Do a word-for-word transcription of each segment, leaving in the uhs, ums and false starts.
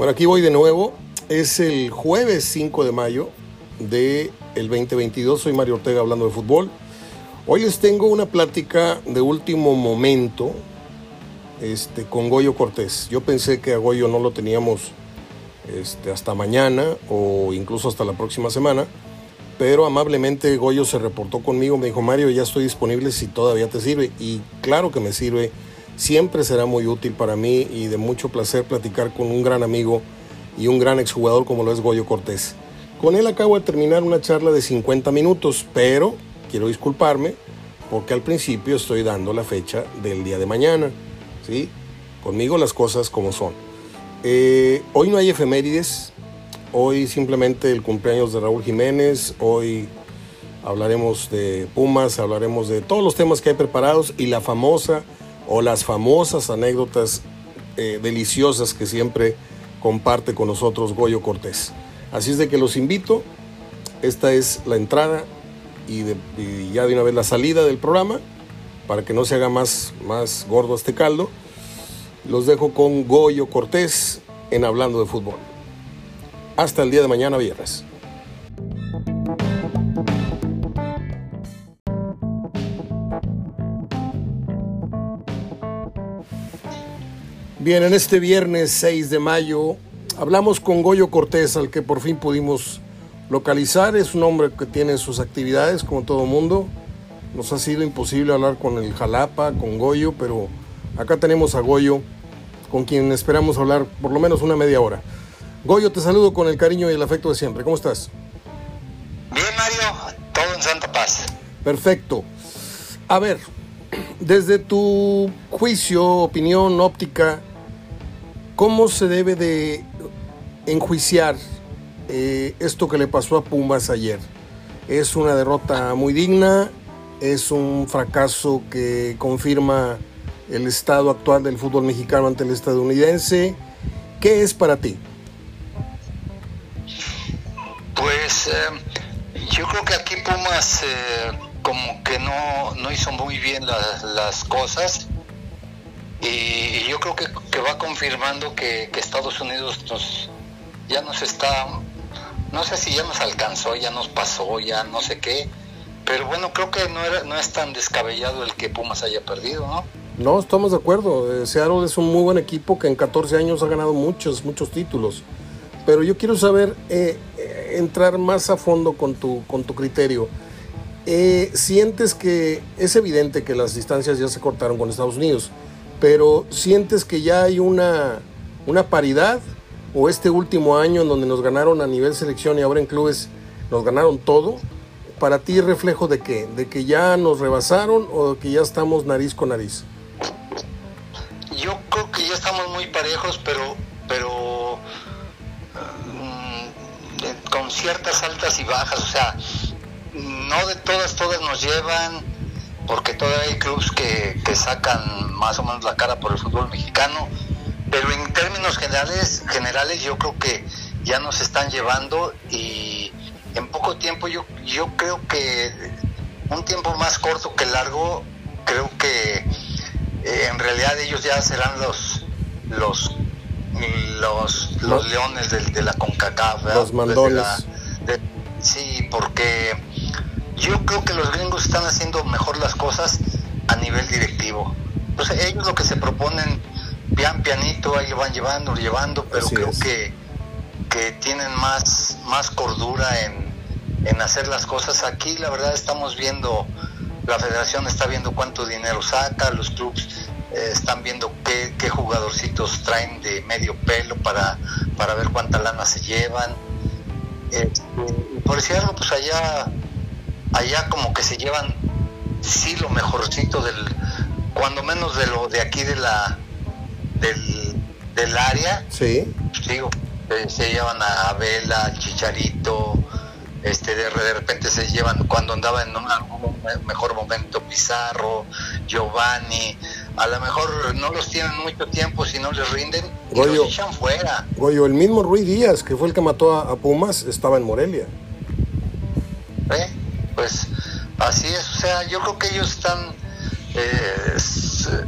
Bueno, aquí voy de nuevo. Es el jueves cinco de mayo del veinte veintidós. Soy Mario Ortega hablando de fútbol. Hoy les tengo una plática de último momento este, con Goyo Cortés. Yo pensé que a Goyo no lo teníamos este, hasta mañana o incluso hasta la próxima semana, pero amablemente Goyo se reportó conmigo, me dijo: Mario, ya estoy disponible si todavía te sirve. Y claro que me sirve, siempre será muy útil para mí y de mucho placer platicar con un gran amigo y un gran exjugador como lo es Goyo Cortés. Con él acabo de terminar una charla de cincuenta minutos, pero quiero disculparme porque al principio estoy dando la fecha del día de mañana, ¿sí? Conmigo las cosas como son. Eh, hoy no hay efemérides, hoy simplemente el cumpleaños de Raúl Jiménez, hoy hablaremos de Pumas, hablaremos de todos los temas que hay preparados y la famosa o las famosas anécdotas eh, deliciosas que siempre comparte con nosotros Goyo Cortés. Así es de que los invito, esta es la entrada y, de, y ya de una vez la salida del programa, para que no se haga más, más gordo este caldo. Los dejo con Goyo Cortés en Hablando de Fútbol. Hasta el día de mañana, viernes. Bien, en este viernes seis de mayo hablamos con Goyo Cortés, al que por fin pudimos localizar. Es un hombre que tiene sus actividades como todo mundo. Nos ha sido imposible hablar con el Jalapa, con Goyo, pero acá tenemos a Goyo, con quien esperamos hablar por lo menos una media hora. Goyo, te saludo con el cariño y el afecto de siempre. ¿Cómo estás? Bien, Mario, todo en santa paz. Perfecto. A ver, desde tu juicio, opinión, óptica, ¿cómo se debe de enjuiciar eh, esto que le pasó a Pumas ayer? ¿Es una derrota muy digna? ¿Es un fracaso que confirma el estado actual del fútbol mexicano ante el estadounidense? ¿Qué es para ti? Pues eh, yo creo que aquí Pumas eh, como que no, no hizo muy bien la, las cosas. Y, y yo creo que, que va confirmando que, que Estados Unidos nos, ya nos está, no sé si ya nos alcanzó, ya nos pasó, ya no sé qué, pero bueno, creo que no, era, no es tan descabellado el que Pumas haya perdido, ¿no? No, estamos de acuerdo. Seattle es un muy buen equipo que en catorce años ha ganado muchos, muchos títulos, pero yo quiero saber, eh, entrar más a fondo con tu, con tu criterio. Eh, ¿sientes que es evidente que las distancias ya se cortaron con Estados Unidos? Pero ¿sientes que ya hay una, una paridad? ¿O este último año en donde nos ganaron a nivel selección y ahora en clubes nos ganaron todo? ¿Para ti es reflejo de qué? ¿De que ya nos rebasaron o de que ya estamos nariz con nariz? Yo creo que ya estamos muy parejos, pero, pero um, con ciertas altas y bajas. O sea, no de todas, todas nos llevan, porque todavía hay clubes que, que sacan más o menos la cara por el fútbol mexicano, pero en términos generales, generales yo creo que ya nos están llevando, y en poco tiempo yo, yo creo que un tiempo más corto que largo, creo que eh, en realidad ellos ya serán los los los, los leones de, de la CONCACAF, ¿verdad? Los mandones. La, de, sí, porque yo creo que los gringos están haciendo mejor las cosas a nivel directivo. Pues ellos lo que se proponen, pian pianito, ahí lo van llevando, llevando, pero Así creo es. que, que tienen más, más cordura en, en hacer las cosas. Aquí la verdad estamos viendo, la federación está viendo cuánto dinero saca, los clubes eh, están viendo qué, qué jugadorcitos traen de medio pelo para, para ver cuánta lana se llevan. Eh, por decirlo, pues allá allá como que se llevan sí lo mejorcito del, cuando menos de lo de aquí de la del, del área. Sí. Digo, eh, se llevan a Vela, al Chicharito, este de, de repente se llevan cuando andaba en un, un mejor momento Pizarro, Giovanni. A lo mejor no los tienen mucho tiempo si no les rinden y Goyo, los echan fuera. Goyo, el mismo Rui Díaz, que fue el que mató a, a Pumas, estaba en Morelia. ¿Eh? Pues así es, o sea, yo creo que ellos están eh, se,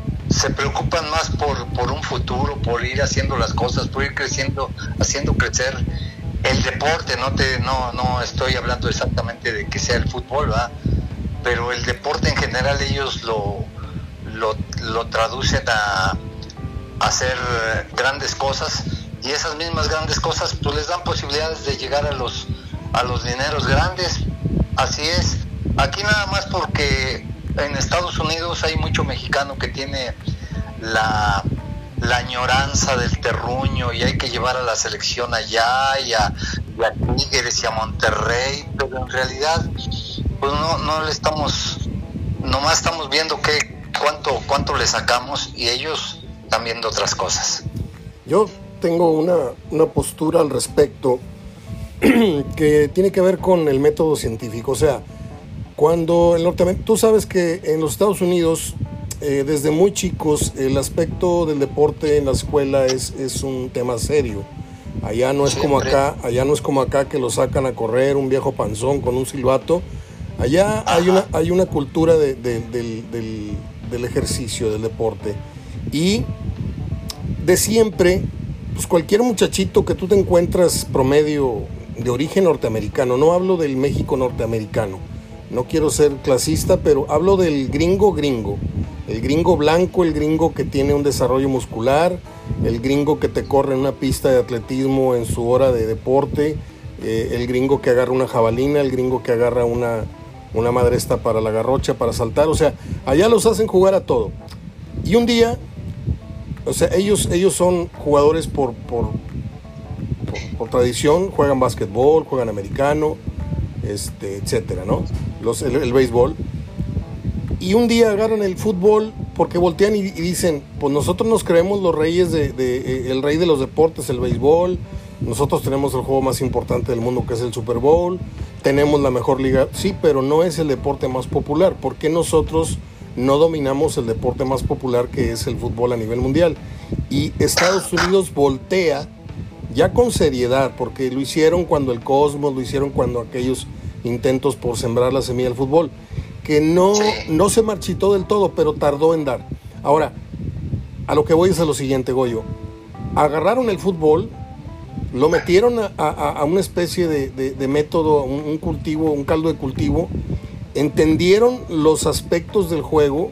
se preocupan más por, por un futuro, por ir haciendo las cosas, por ir creciendo, haciendo crecer el deporte. No te no no estoy hablando exactamente de que sea el fútbol, ¿verdad? Pero el deporte en general ellos lo lo, lo traducen a, a hacer grandes cosas, y esas mismas grandes cosas pues les dan posibilidades de llegar a los a los dineros grandes. Así es. Aquí nada más porque en Estados Unidos hay mucho mexicano que tiene la, la añoranza del terruño, y hay que llevar a la selección allá y a, y a Tigres y a Monterrey, pero en realidad pues no, no le estamos, nomás estamos viendo qué, cuánto, cuánto le sacamos, y ellos están viendo otras cosas. Yo tengo una, una postura al respecto que tiene que ver con el método científico. O sea, cuando el norteamericano, tú sabes que en los Estados Unidos, eh, desde muy chicos, el aspecto del deporte en la escuela es, es un tema serio. Allá no es Siempre. como acá, allá no es como acá que lo sacan a correr un viejo panzón con un silbato. Allá hay una, hay una cultura de, de, del, del, del ejercicio, del deporte. Y de siempre, pues cualquier muchachito que tú te encuentras promedio de origen norteamericano, no hablo del México norteamericano, no quiero ser clasista, pero hablo del gringo gringo, el gringo blanco, el gringo que tiene un desarrollo muscular, el gringo que te corre en una pista de atletismo en su hora de deporte, eh, el gringo que agarra una jabalina, el gringo que agarra una, una madresta para la garrocha, para saltar. O sea, allá los hacen jugar a todo. Y un día, o sea, ellos, ellos son jugadores por, por, por, por tradición, juegan básquetbol, juegan americano, este, etcétera, ¿no? Los, el, el béisbol. Y un día agarran el fútbol porque voltean y, y dicen, pues nosotros nos creemos los reyes de, de, de el rey de los deportes, el béisbol. Nosotros tenemos el juego más importante del mundo, que es el Super Bowl. Tenemos la mejor liga, sí, pero no es el deporte más popular. ¿Por qué nosotros no dominamos el deporte más popular, que es el fútbol a nivel mundial? Y Estados Unidos voltea ya con seriedad, porque lo hicieron cuando el Cosmos, lo hicieron cuando aquellos intentos por sembrar la semilla del fútbol, que no, no se marchitó del todo, pero tardó en dar. Ahora, a lo que voy es a lo siguiente, Goyo. Agarraron el fútbol, lo metieron a, a, a una especie de, de, de método, un, un cultivo, un caldo de cultivo, entendieron los aspectos del juego,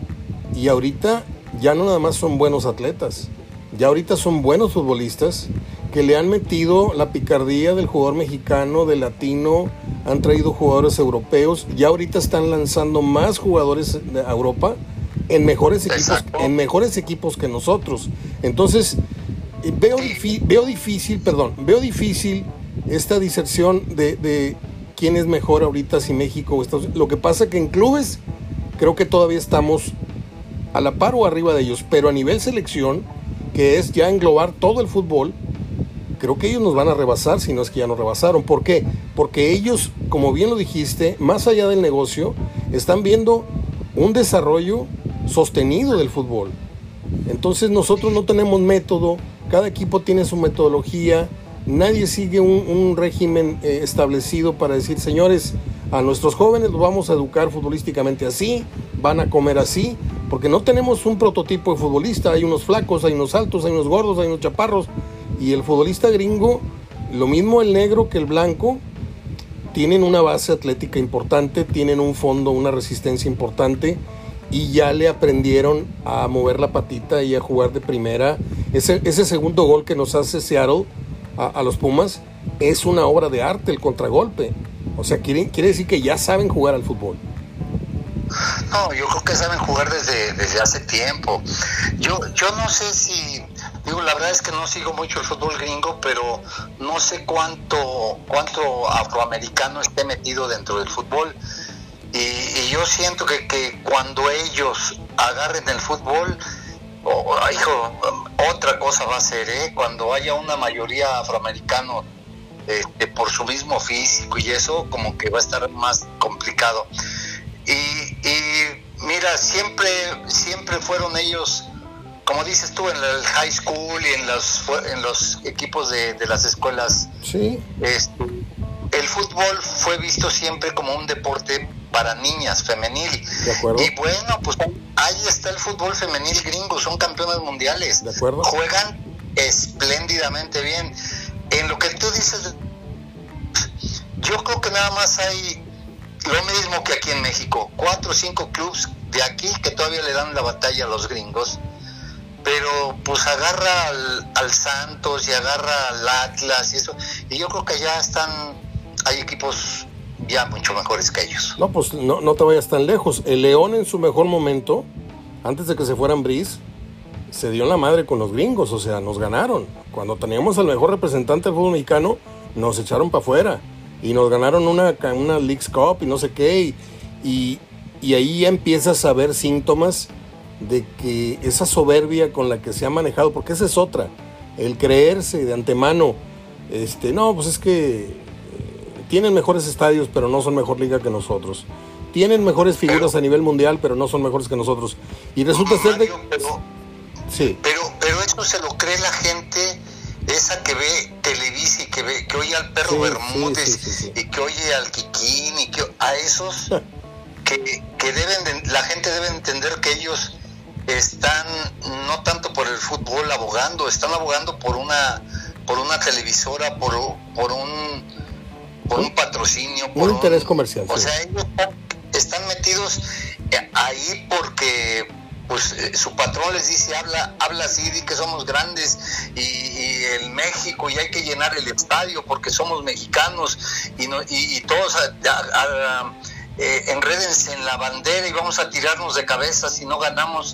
y ahorita ya no nada más son buenos atletas, ya ahorita son buenos futbolistas que le han metido la picardía del jugador mexicano, del latino, han traído jugadores europeos, ya ahorita están lanzando más jugadores de Europa en mejores equipos, en mejores equipos que nosotros. Entonces, veo, difi- veo difícil, perdón, veo difícil esta diserción de, de quién es mejor ahorita, si México o Estados Unidos. Lo que pasa que en clubes creo que todavía estamos a la par o arriba de ellos, pero a nivel selección, que es ya englobar todo el fútbol, creo que ellos nos van a rebasar, si no es que ya nos rebasaron. ¿Por qué? Porque ellos, como bien lo dijiste, más allá del negocio, están viendo un desarrollo sostenido del fútbol. Entonces nosotros no tenemos método, cada equipo tiene su metodología, nadie sigue un, un régimen eh, establecido para decir, señores, a nuestros jóvenes los vamos a educar futbolísticamente así, van a comer así, porque no tenemos un prototipo de futbolista. Hay unos flacos, hay unos altos, hay unos gordos, hay unos chaparros. Y el futbolista gringo, lo mismo el negro que el blanco, tienen una base atlética importante, tienen un fondo, una resistencia importante, y ya le aprendieron a mover la patita y a jugar de primera. Ese, ese segundo gol que nos hace Seattle a, a los Pumas es una obra de arte, el contragolpe. O sea, quiere, quiere decir que ya saben jugar al fútbol. No, yo creo que saben jugar desde, desde hace tiempo. Yo, yo no sé si... Digo, la verdad es que no sigo mucho el fútbol gringo, pero no sé cuánto cuánto afroamericano esté metido dentro del fútbol. Y, y yo siento que, que cuando ellos agarren el fútbol, oh, hijo, otra cosa va a ser, ¿eh? Cuando haya una mayoría afroamericano este, por su mismo físico y eso, como que va a estar más complicado. Y, y mira, siempre, siempre fueron ellos... Como dices tú, en el high school y en los en los equipos de, de las escuelas, sí. este, el fútbol fue visto siempre como un deporte para niñas, femenil. De acuerdo. Y bueno, pues ahí está el fútbol femenil gringo, son campeones mundiales. De acuerdo. Juegan espléndidamente bien. En lo que tú dices, yo creo que nada más hay lo mismo que aquí en México, cuatro o cinco clubes de aquí que todavía le dan la batalla a los gringos, pero pues agarra al, al Santos y agarra al Atlas y eso, y yo creo que ya están, hay equipos ya mucho mejores que ellos. No, pues no, no te vayas tan lejos. El León en su mejor momento, antes de que se fueran Briz, se dio en la madre con los gringos, o sea, nos ganaron. Cuando teníamos al mejor representante del fútbol mexicano, nos echaron para afuera y nos ganaron una, una Leagues Cup y no sé qué, y, y, y ahí ya empiezas a ver síntomas de que esa soberbia con la que se ha manejado, porque esa es otra, el creerse de antemano, este, no, pues es que eh, tienen mejores estadios, pero no son mejor liga que nosotros. Tienen mejores figuras pero, a nivel mundial, pero no son mejores que nosotros. Y resulta ser de... Pero, sí. pero, pero eso se lo cree la gente, esa que ve Televisa y que ve, que oye al Perro Sí, Bermúdez, sí, sí, sí, sí. y que oye al Kikín, y que a esos que, que deben de, la gente debe entender que ellos están no tanto por el fútbol abogando, están abogando por una por una televisora, por, por un por un patrocinio, por un interés comercial. O sí. sea, ellos están, están metidos ahí porque pues eh, su patrón les dice, habla habla así, di que somos grandes y, y el México, y hay que llenar el estadio porque somos mexicanos, y no y, y todos a, a, a, eh, enrédense en la bandera y vamos a tirarnos de cabeza si no ganamos.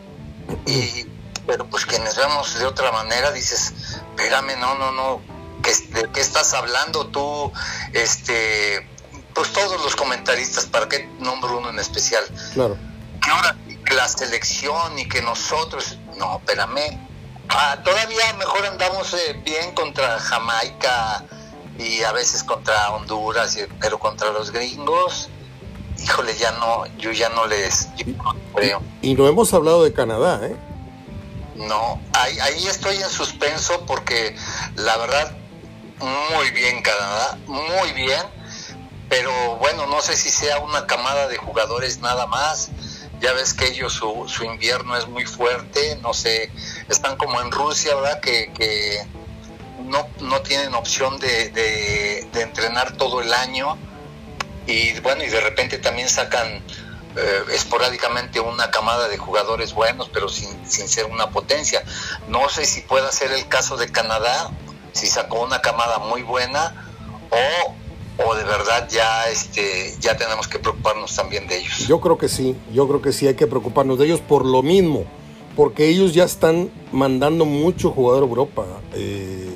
Y pero pues quienes vemos de otra manera dices, espérame, no, no, no, ¿qué, ¿de qué estás hablando tú? Este, pues todos los comentaristas, ¿para qué nombro uno en especial? Claro. Que ahora la selección y que nosotros, no, espérame, ah, todavía mejor andamos eh, bien contra Jamaica y a veces contra Honduras, pero contra los gringos, híjole, ya no, yo ya no les yo no creo. Y, y no hemos hablado de Canadá, ¿eh? No, ahí, ahí estoy en suspenso porque la verdad, muy bien Canadá, muy bien, pero bueno, no sé si sea una camada de jugadores nada más. Ya ves que ellos, su, su invierno es muy fuerte, no sé, están como en Rusia, ¿verdad? Que, que no, no tienen opción de, de, de entrenar todo el año, y bueno, y de repente también sacan eh, esporádicamente una camada de jugadores buenos, pero sin, sin ser una potencia. No sé si pueda ser el caso de Canadá, si sacó una camada muy buena, o... o de verdad ya este ya tenemos que preocuparnos también de ellos. Yo creo que sí, yo creo que sí hay que preocuparnos de ellos por lo mismo, porque ellos ya están mandando mucho jugador a Europa, eh,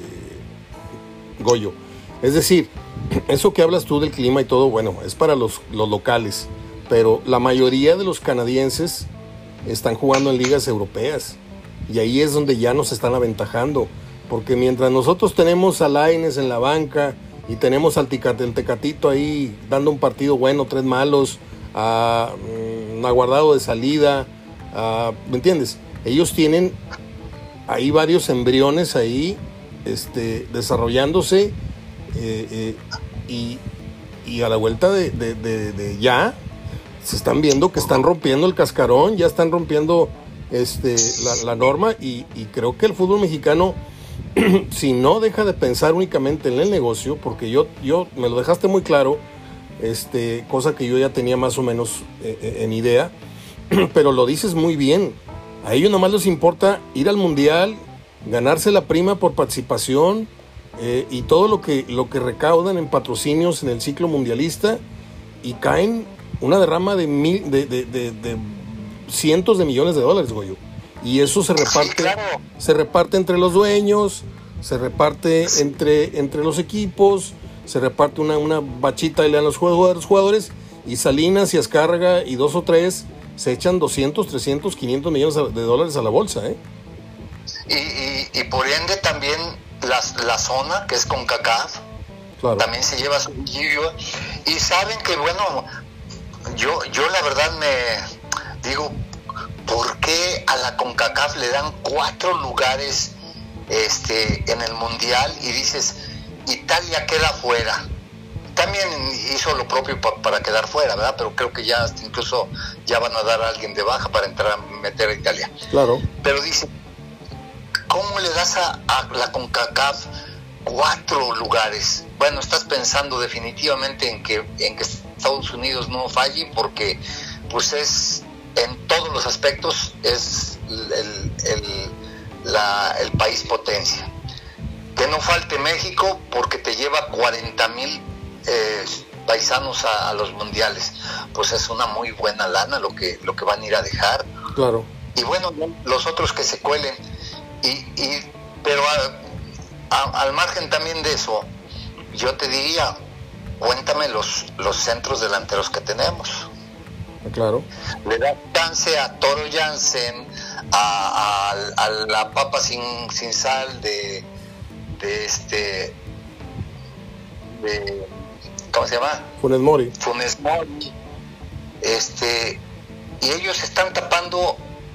Goyo. Es decir, eso que hablas tú del clima y todo, bueno, es para los, los locales, pero la mayoría de los canadienses están jugando en ligas europeas, y ahí es donde ya nos están aventajando, porque mientras nosotros tenemos a Lainez en la banca, y tenemos al ticate, el Tecatito ahí dando un partido bueno, tres malos, a um, Aguardado de salida, a, ¿me entiendes? Ellos tienen ahí varios embriones ahí este, desarrollándose, eh, eh, y, y a la vuelta de, de, de, de ya se están viendo que están rompiendo el cascarón, ya están rompiendo este, la, la norma, y, y creo que el fútbol mexicano, si no deja de pensar únicamente en el negocio, porque yo, yo me lo dejaste muy claro, este, cosa que yo ya tenía más o menos eh, en idea, pero lo dices muy bien, a ellos nomás les importa ir al mundial, ganarse la prima por participación, eh, y todo lo que, lo que recaudan en patrocinios en el ciclo mundialista, y caen una derrama de, mil, de, de, de, de cientos de millones de dólares, Goyo. Y eso se reparte, sí, claro. se reparte entre los dueños, se reparte entre, entre los equipos, se reparte una, una bachita y le dan los jugadores, jugadores, y Salinas y Azcárraga y dos o tres se echan doscientos, trescientos, quinientos millones de dólares a la bolsa, ¿eh? Y, y, y por ende también la, la zona, que es CONCACAF, claro, también se lleva su guillo. Y saben que, bueno, yo, yo la verdad me digo, ¿por qué a la CONCACAF le dan cuatro lugares este, en el Mundial y dices, Italia queda fuera? También hizo lo propio pa, para quedar fuera, ¿verdad? Pero creo que ya incluso ya van a dar a alguien de baja para entrar a meter a Italia. Claro. Pero dice, ¿cómo le das a, a la CONCACAF cuatro lugares? Bueno, estás pensando definitivamente en que, en que Estados Unidos no falle, porque pues es, en todos los aspectos, es el, el, la, el país potencia. Que no falte México, porque te lleva cuarenta mil eh, paisanos a, a los mundiales. Pues es una muy buena lana lo que, lo que van a ir a dejar. Claro. Y bueno, los otros que se cuelen. Y, y, pero a, a, al margen también de eso, yo te diría, cuéntame los, los centros delanteros que tenemos. Claro. Le da chance a Toro Jansen, a, a, a la papa sin, sin sal de, de este, de, ¿cómo se llama? Funes Mori. Funes Mori. Este, y ellos están tapando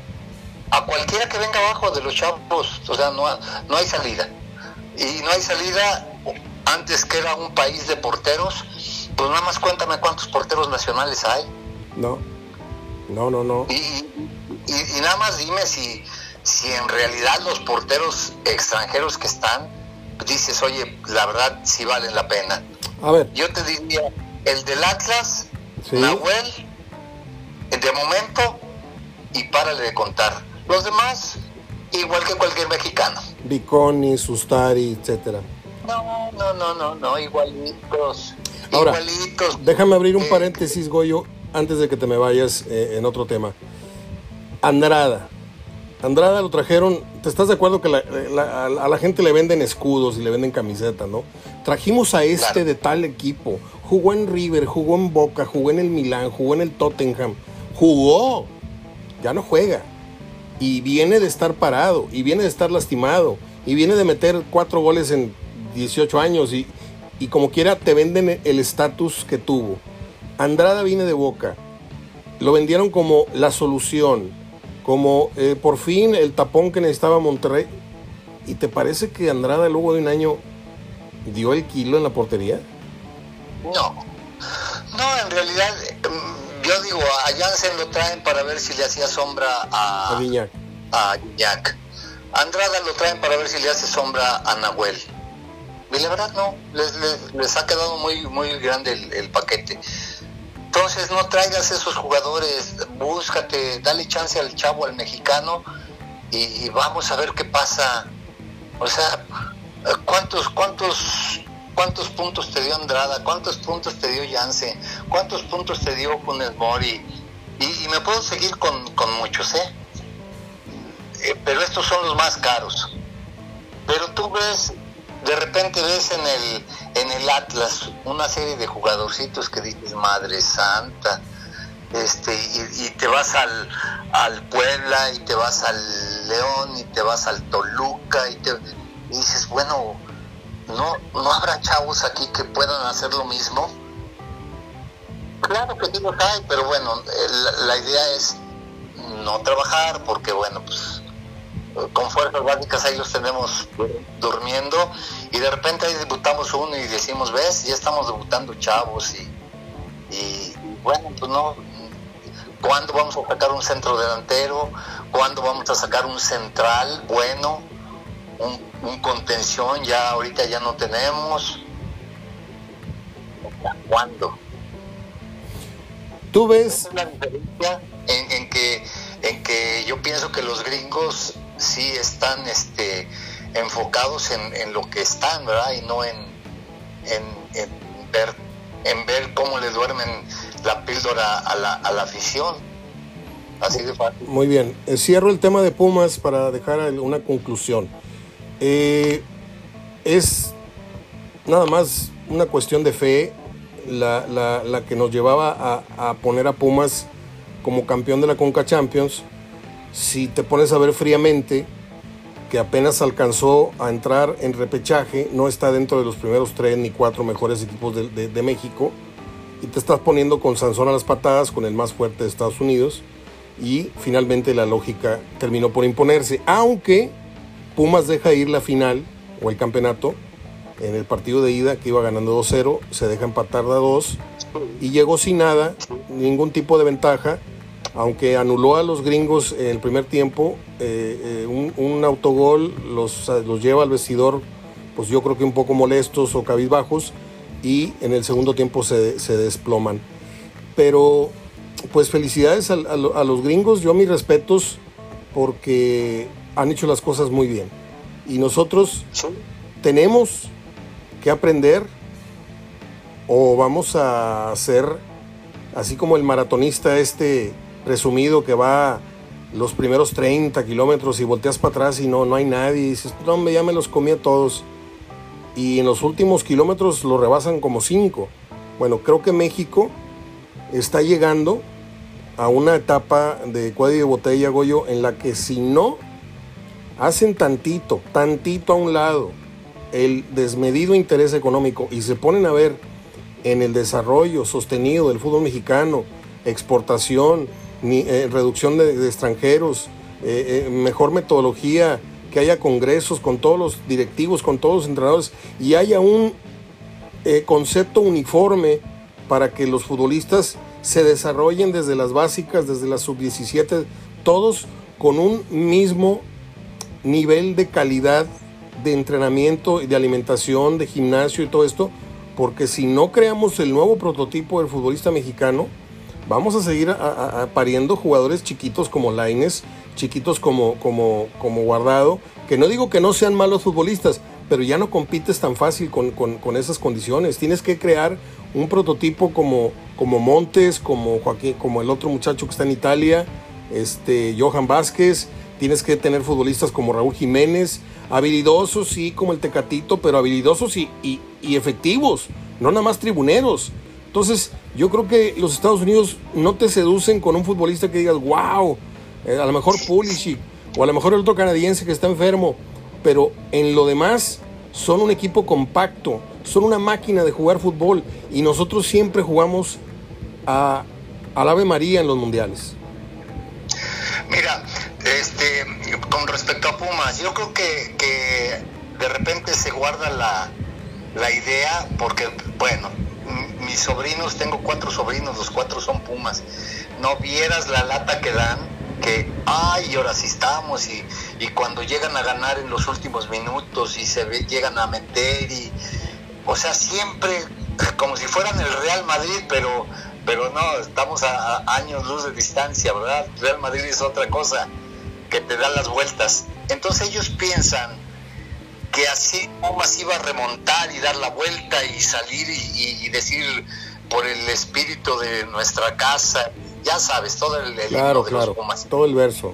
a cualquiera que venga abajo de los chavos. O sea, no, no hay salida. Y no hay salida. Antes, que era un país de porteros, pues nada más cuéntame cuántos porteros nacionales hay. No, no, no, no. Y, y, y nada más dime si, si en realidad los porteros extranjeros que están, dices, oye, la verdad sí valen la pena. A ver. Yo te diría, el del Atlas, ¿sí? Nahuel, de momento, y párale de contar. Los demás, igual que cualquier mexicano. Viconi, Sustari, etcétera. No, no, no, no, no, igualitos. Ahora, igualitos. Déjame abrir un eh, paréntesis, Goyo, antes de que te me vayas eh, en otro tema. Andrada. Andrada lo trajeron. ¿Te estás de acuerdo que la, la, a la gente le venden escudos y le venden camisetas, no? Trajimos a este claro. de tal equipo. Jugó en River, jugó en Boca, jugó en el Milán, jugó en el Tottenham. Jugó. Ya no juega. Y viene de estar parado, y viene de estar lastimado, y viene de meter cuatro goles en dieciocho años, y, y como quiera te venden el estatus que tuvo. Andrada viene de Boca, lo vendieron como la solución, como eh, por fin el tapón que necesitaba Monterrey. ¿Y te parece que Andrada luego de un año dio el kilo en la portería? No, no, en realidad yo digo, a Jansen lo traen para ver si le hacía sombra a, a Guiñac. A Guiñac. Andrada lo traen para ver si le hace sombra a Nahuel. Y la verdad no, les, les, les ha quedado muy, muy grande el, el paquete. Entonces no traigas esos jugadores, búscate, dale chance al chavo, al mexicano, y, y vamos a ver qué pasa. O sea, ¿cuántos, cuántos, cuántos puntos te dio Andrada? ¿Cuántos puntos te dio Jansen? ¿Cuántos puntos te dio Funes Mori? Y, y me puedo seguir con, con muchos, ¿eh? ¿eh? Pero estos son los más caros. Pero tú ves, de repente ves en el, en el Atlas una serie de jugadorcitos que dices, madre santa, este, y, y te vas al, al Puebla, y te vas al León, y te vas al Toluca, y, te, y dices, bueno, ¿no, ¿no habrá chavos aquí que puedan hacer lo mismo? Claro que sí los hay, pero bueno, la, la idea es no trabajar, porque bueno, pues con fuerzas básicas ahí los tenemos durmiendo, y de repente ahí debutamos uno y decimos, ves, ya estamos debutando chavos, y, y bueno, pues no, ¿cuándo vamos a sacar un centro delantero? ¿Cuándo vamos a sacar un central bueno? Un, un contención, ya ahorita ya no tenemos. ¿Cuándo? ¿Tú ves? Esa es la diferencia en, en que en que yo pienso que los gringos sí están este enfocados en, en lo que están, ¿verdad? Y no en, en, en ver en ver cómo le duermen la píldora a la, a la afición. Así de fácil. Muy bien, cierro el tema de Pumas para dejar una conclusión. Eh, es nada más una cuestión de fe la, la, la que nos llevaba a, a poner a Pumas como campeón de la Conca Champions. Si te pones a ver fríamente, que apenas alcanzó a entrar en repechaje, no está dentro de los primeros tres ni cuatro mejores equipos de, de, de México, y te estás poniendo con Sansón a las patadas, con el más fuerte de Estados Unidos, y finalmente la lógica terminó por imponerse, aunque Pumas deja ir la final o el campeonato en el partido de ida, que iba ganando dos cero, se deja empatar de a dos y llegó sin nada, ningún tipo de ventaja, aunque anuló a los gringos en el primer tiempo, eh, eh, un, un autogol los, los lleva al vestidor, pues yo creo que un poco molestos o cabizbajos, y en el segundo tiempo se, se desploman. Pero pues felicidades a, a, a los gringos, yo mis respetos, porque han hecho las cosas muy bien. Y nosotros tenemos que aprender, o vamos a ser así como el maratonista este presumido que va los primeros treinta kilómetros y volteas para atrás y no, no hay nadie, y dices, no, hombre, ya me los comí a todos, y en los últimos kilómetros lo rebasan como cinco. Bueno, creo que México está llegando a una etapa de cuello de botella, Goyo, en la que si no hacen tantito, tantito a un lado el desmedido interés económico y se ponen a ver en el desarrollo sostenido del fútbol mexicano, exportación, ni, eh, reducción de, de extranjeros, eh, eh, mejor metodología, que haya congresos con todos los directivos, con todos los entrenadores, y haya un eh, concepto uniforme para que los futbolistas se desarrollen desde las básicas, desde las sub diecisiete, todos con un mismo nivel de calidad de entrenamiento, de alimentación, de gimnasio y todo esto, porque si no creamos el nuevo prototipo del futbolista mexicano, vamos a seguir a, a, a pariendo jugadores chiquitos como Lainez, chiquitos como, como, como Guardado, que no digo que no sean malos futbolistas, pero ya no compites tan fácil con, con, con esas condiciones. Tienes que crear un prototipo como, como Montes, como Joaquín, como el otro muchacho que está en Italia, este, Johan Vázquez. Tienes que tener futbolistas como Raúl Jiménez, habilidosos, sí, como el Tecatito, pero habilidosos y, y, y efectivos, no nada más tribuneros. Entonces, yo creo que los Estados Unidos no te seducen con un futbolista que digas, wow, eh, a lo mejor Pulisic, o a lo mejor el otro canadiense que está enfermo, pero en lo demás son un equipo compacto, son una máquina de jugar fútbol, y nosotros siempre jugamos a, al Ave María en los mundiales. Mira, este, con respecto a Pumas, yo creo que, que de repente se guarda la, la idea, porque, bueno, m- mis sobrinos, tengo cuatro sobrinos, los cuatro son Pumas, no vieras la lata que dan, que, ay, ahora sí estamos, y, y cuando llegan a ganar en los últimos minutos, y se ve, llegan a meter, y, o sea, siempre, como si fueran el Real Madrid, pero... pero no, estamos a, a años luz de distancia, ¿verdad? Real Madrid es otra cosa, que te da las vueltas. Entonces ellos piensan que así Pumas iba a remontar y dar la vuelta y salir y, y, y decir por el espíritu de nuestra casa, ya sabes, todo el, el claro, de claro, los Pumas. Todo el verso.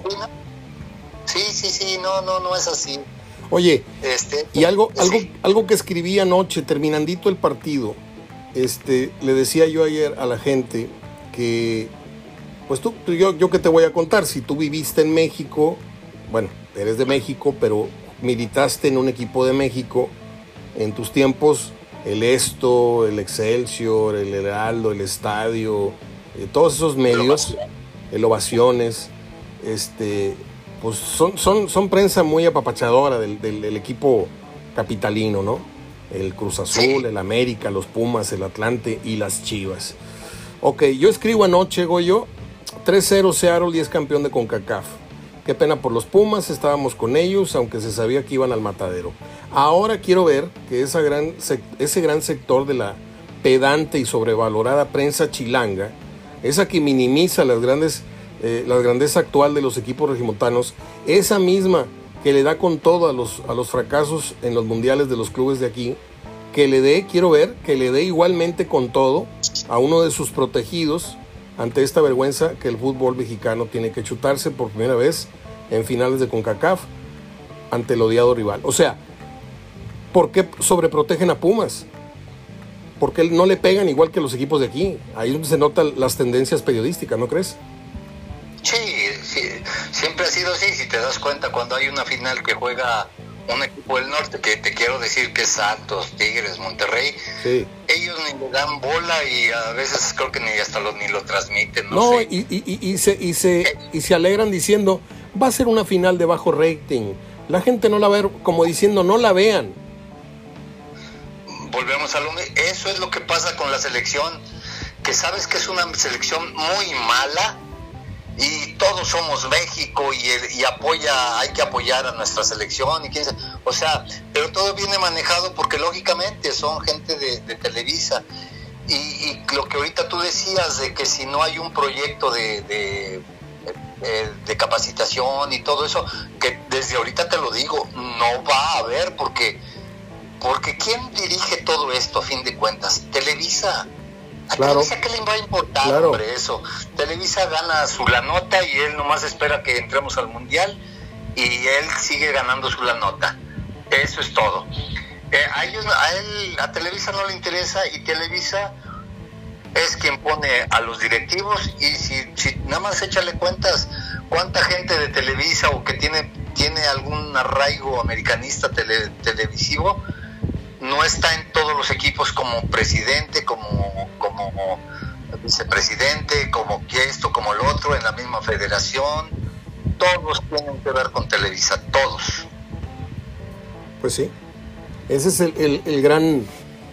Sí, sí, sí, no, no, no es así. Oye, este, y algo, sí. algo, algo que escribí anoche, terminandito el partido. Este, le decía yo ayer a la gente que, pues tú, yo, yo que te voy a contar, si tú viviste en México, bueno, eres de México, pero militaste en un equipo de México, en tus tiempos, el Esto, el Excelsior, el Heraldo, el Estadio, eh, todos esos medios, el Ovaciones, este, pues son, son, son prensa muy apapachadora del, del, del equipo capitalino, ¿no? El Cruz Azul, el América, los Pumas, el Atlante y las Chivas. Ok, yo escribo anoche, Goyo, tres cero Seattle y es campeón de CONCACAF. Qué pena por los Pumas, estábamos con ellos, aunque se sabía que iban al matadero. Ahora quiero ver que esa gran, ese gran sector de la pedante y sobrevalorada prensa chilanga, esa que minimiza las grandes, eh, la grandeza actual de los equipos regiomontanos, esa misma que le da con todo a los, a los fracasos en los mundiales de los clubes de aquí, que le dé, quiero ver, que le dé igualmente con todo a uno de sus protegidos ante esta vergüenza que el fútbol mexicano tiene que chutarse por primera vez en finales de CONCACAF ante el odiado rival. O sea, ¿por qué sobreprotegen a Pumas? ¿Por qué no le pegan igual que los equipos de aquí? Ahí es donde se notan las tendencias periodísticas, ¿no crees? Sí, sí, siempre ha sido así. Si te das cuenta, cuando hay una final que juega un equipo del norte, que te quiero decir que es Santos, Tigres, Monterrey, sí, ellos ni le dan bola y a veces creo que ni hasta lo, ni lo transmiten. No, no sé. y, y, y, se, y, se, y se alegran diciendo, va a ser una final de bajo rating. La gente no la va a ver, como diciendo, no la vean. Volvemos a lo mismo. Eso es lo que pasa con la selección, que sabes que es una selección muy mala, y todos somos México y, y apoya, hay que apoyar a nuestra selección y quién sabe, o sea, pero todo viene manejado porque lógicamente son gente de, de Televisa y, y lo que ahorita tú decías de que si no hay un proyecto de, de, de, de capacitación y todo eso, que desde ahorita te lo digo, no va a haber porque, porque ¿quién dirige todo esto a fin de cuentas? Televisa. ¿A claro. Televisa qué le va a importar, claro. hombre, eso? Televisa gana su lanota y él nomás espera que entremos al Mundial y él sigue ganando su lanota. Eso es todo. Eh, a ellos, a él, a Televisa no le interesa y Televisa es quien pone a los directivos y si, si nada más échale cuentas cuánta gente de Televisa o que tiene, tiene algún arraigo americanista tele, televisivo no está en todos los equipos como presidente, como, como vicepresidente, como que esto, como el otro, en la misma federación. Todos tienen que ver con Televisa, todos. Pues sí, ese es el, el, el gran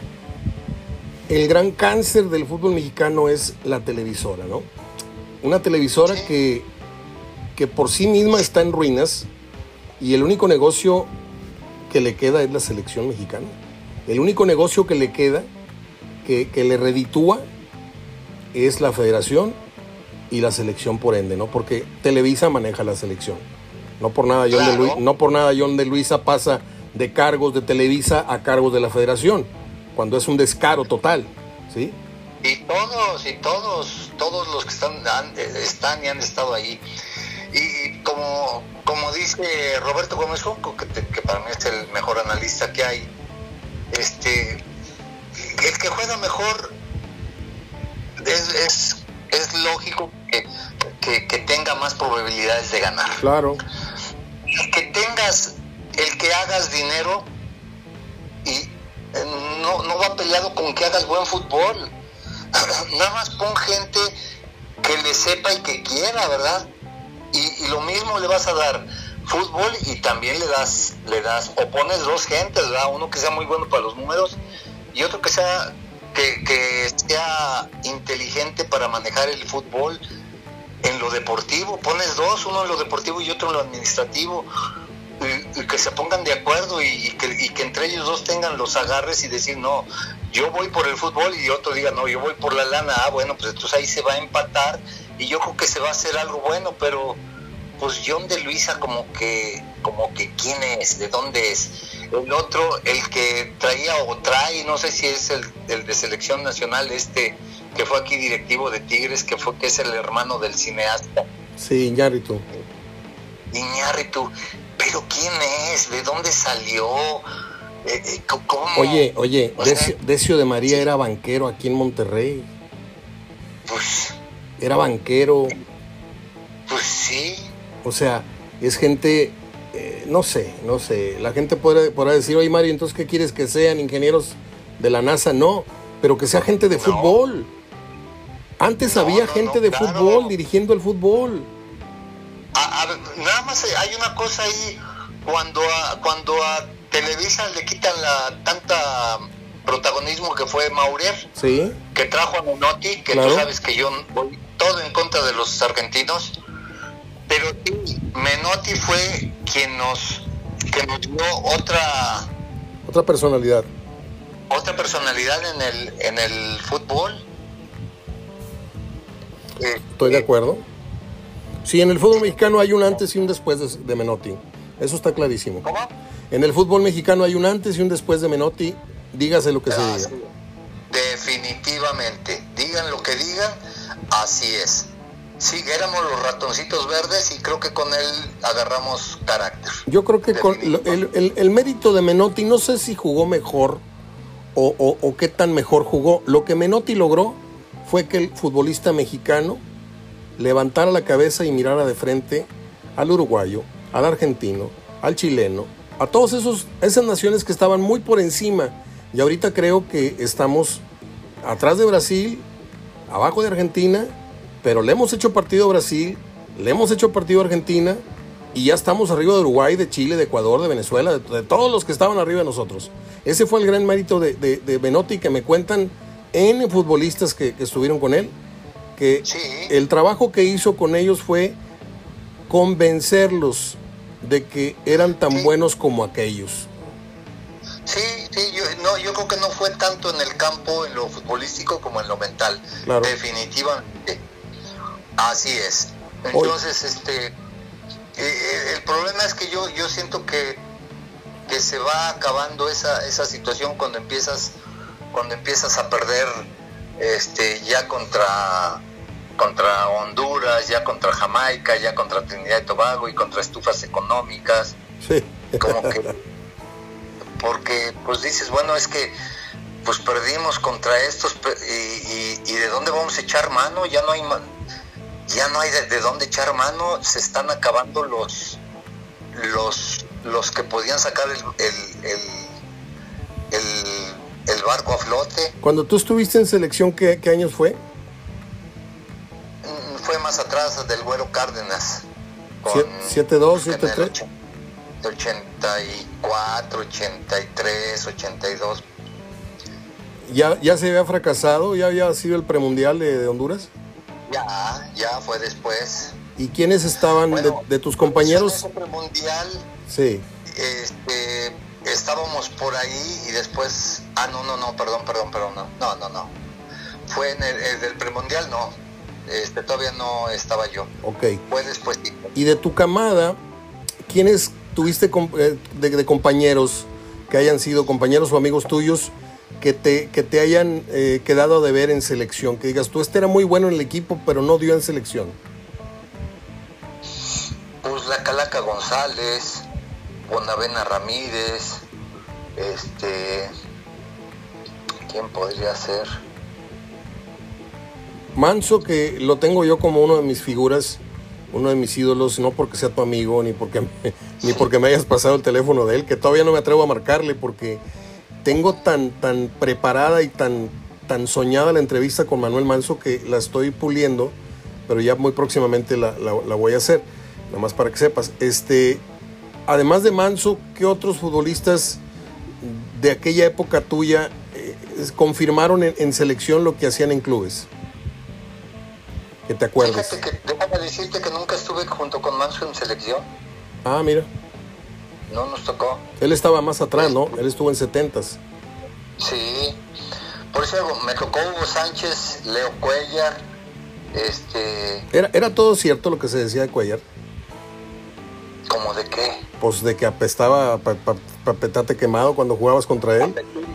el gran cáncer del fútbol mexicano, es la televisora, ¿no? Una televisora sí. que, que por sí misma está en ruinas y el único negocio que le queda es la selección mexicana. El único negocio que le queda, que, que le reditúa, es la federación y la selección por ende, ¿no? Porque Televisa maneja la selección. No por nada John, claro. de, Luis, no por nada John de Luisa pasa de cargos de Televisa a cargos de la federación, cuando es un descaro total, ¿sí? Y todos, y todos, todos los que están, han, están y han estado ahí. Y como, como dice Roberto Gómez Junco, que, te, que para mí es el mejor analista que hay, este, el que juega mejor es, es, es lógico que, que, que tenga más probabilidades de ganar. Claro. El que tengas, el que hagas dinero y no, no va peleado con que hagas buen fútbol. Nada más pon gente que le sepa y que quiera, ¿verdad? Y, y lo mismo le vas a dar fútbol y también le das, le das, o pones dos gentes, ¿verdad? Uno que sea muy bueno para los números y otro que sea, que, que sea inteligente para manejar el fútbol en lo deportivo. Pones dos, uno en lo deportivo y otro en lo administrativo, y, y que se pongan de acuerdo y, y, que, y que entre ellos dos tengan los agarres y decir, no, yo voy por el fútbol, y otro diga, no, yo voy por la lana. Ah, bueno, pues entonces ahí se va a empatar y yo creo que se va a hacer algo bueno. Pero pues John de Luisa como que, como que quién es, de dónde es. El otro, el que traía o trae, no sé si es el, el de selección nacional, este que fue aquí directivo de Tigres, que fue que es el hermano del cineasta. Sí, Iñárritu. Iñárritu, pero quién es, de dónde salió. Eh, eh, ¿cómo? Oye, oye, o Decio, sea, Decio de María sí. Era banquero aquí en Monterrey. Pues. Era banquero. Pues sí. O sea, es gente, eh, no sé, no sé. La gente podrá, podrá decir, oye Mario, entonces ¿qué quieres que sean ingenieros de la NASA? No, pero que sea gente de no. fútbol. Antes no, había no, gente no, de claro. fútbol dirigiendo el fútbol. A, a, nada más hay una cosa ahí, cuando a, cuando a Televisa le quitan la tanta protagonismo que fue Maurer, sí, que trajo a Menotti, que claro. Tú sabes que yo voy todo en contra de los argentinos, pero sí, Menotti fue quien nos, que nos dio otra otra personalidad, otra personalidad en el en el fútbol. Eh, Estoy de acuerdo. Sí, en el fútbol mexicano hay un antes y un después de, de Menotti. Eso está clarísimo. ¿Cómo? En el fútbol mexicano hay un antes y un después de Menotti, dígase lo que ah, se diga. Sí. Definitivamente, digan lo que digan, así es. Sí, éramos los ratoncitos verdes y creo que con él agarramos carácter. Yo creo que con el, el, el mérito de Menotti, no sé si jugó mejor o, o, o qué tan mejor jugó. Lo que Menotti logró fue que el futbolista mexicano levantara la cabeza y mirara de frente al uruguayo, al argentino, al chileno, a todas esos, esas naciones que estaban muy por encima. Y ahorita creo que estamos atrás de Brasil, abajo de Argentina, pero le hemos hecho partido a Brasil, le hemos hecho partido a Argentina, y ya estamos arriba de Uruguay, de Chile, de Ecuador, de Venezuela, de, de todos los que estaban arriba de nosotros. Ese fue el gran mérito de, de, de Menotti, que me cuentan N futbolistas que, que estuvieron con él, que Sí. el trabajo que hizo con ellos fue convencerlos de que eran tan Sí. buenos como aquellos. Sí, sí, yo, no, yo creo que no fue tanto en el campo, en lo futbolístico, como en lo mental. Claro. Definitivamente. Así es. Entonces, Hoy. este, eh, el problema es que yo, yo siento que, que se va acabando esa, esa situación cuando empiezas, cuando empiezas a perder, este, ya contra, contra Honduras, ya contra Jamaica, ya contra Trinidad y Tobago y contra estufas económicas. Sí. Como que porque pues dices, bueno, es que pues perdimos contra estos y, y, y de dónde vamos a echar mano, ya no hay ya no hay de, de dónde echar mano, se están acabando los los los que podían sacar el el, el, el, el barco a flote. Cuando tú estuviste en selección, ¿qué, qué años fue? Fue más atrás del Güero Cárdenas. siete dos, siete tres ochenta y cuatro, ochenta y tres, ochenta y dos. ¿Ya, ya se había fracasado? ¿Ya había sido el premundial de, de Honduras? Ya, ya fue después. ¿Y quiénes estaban bueno, de, de tus compañeros? En ese premundial, sí. Este, estábamos por ahí y después... Ah, no, no, no, perdón, perdón, perdón, no, no, no, no. Fue en el, el del premundial, no. Este, todavía no estaba yo. Ok. Fue después. Y de tu camada, ¿quiénes tuviste de, de compañeros que hayan sido compañeros o amigos tuyos que te, que te hayan eh, quedado de ver en selección? Que digas, tú este era muy bueno en el equipo, pero no dio en selección. Pues la Calaca González, Bonavena Ramírez, este... ¿quién podría ser? Manso, que lo tengo yo como uno de mis figuras, uno de mis ídolos, no porque sea tu amigo, ni porque, me, ni porque me hayas pasado el teléfono de él, que todavía no me atrevo a marcarle porque tengo tan, tan preparada y tan, tan soñada la entrevista con Manuel Manso que la estoy puliendo, pero ya muy próximamente la, la, la voy a hacer, nada más para que sepas. Este, además de Manso, ¿qué otros futbolistas de aquella época tuya eh, confirmaron en, en selección lo que hacían en clubes? Que te acuerdes. Fíjate que déjame decirte que nunca estuve junto con Manso en selección. Ah, mira. No nos tocó. Él estaba más atrás, ¿no? Él estuvo en setentas. Sí. Por eso me tocó Hugo Sánchez, Leo Cuellar, este... ¿Era, ¿Era todo cierto lo que se decía de Cuellar? ¿Cómo de qué? Pues de que apestaba a pa, pa, pa petate quemado cuando jugabas contra él.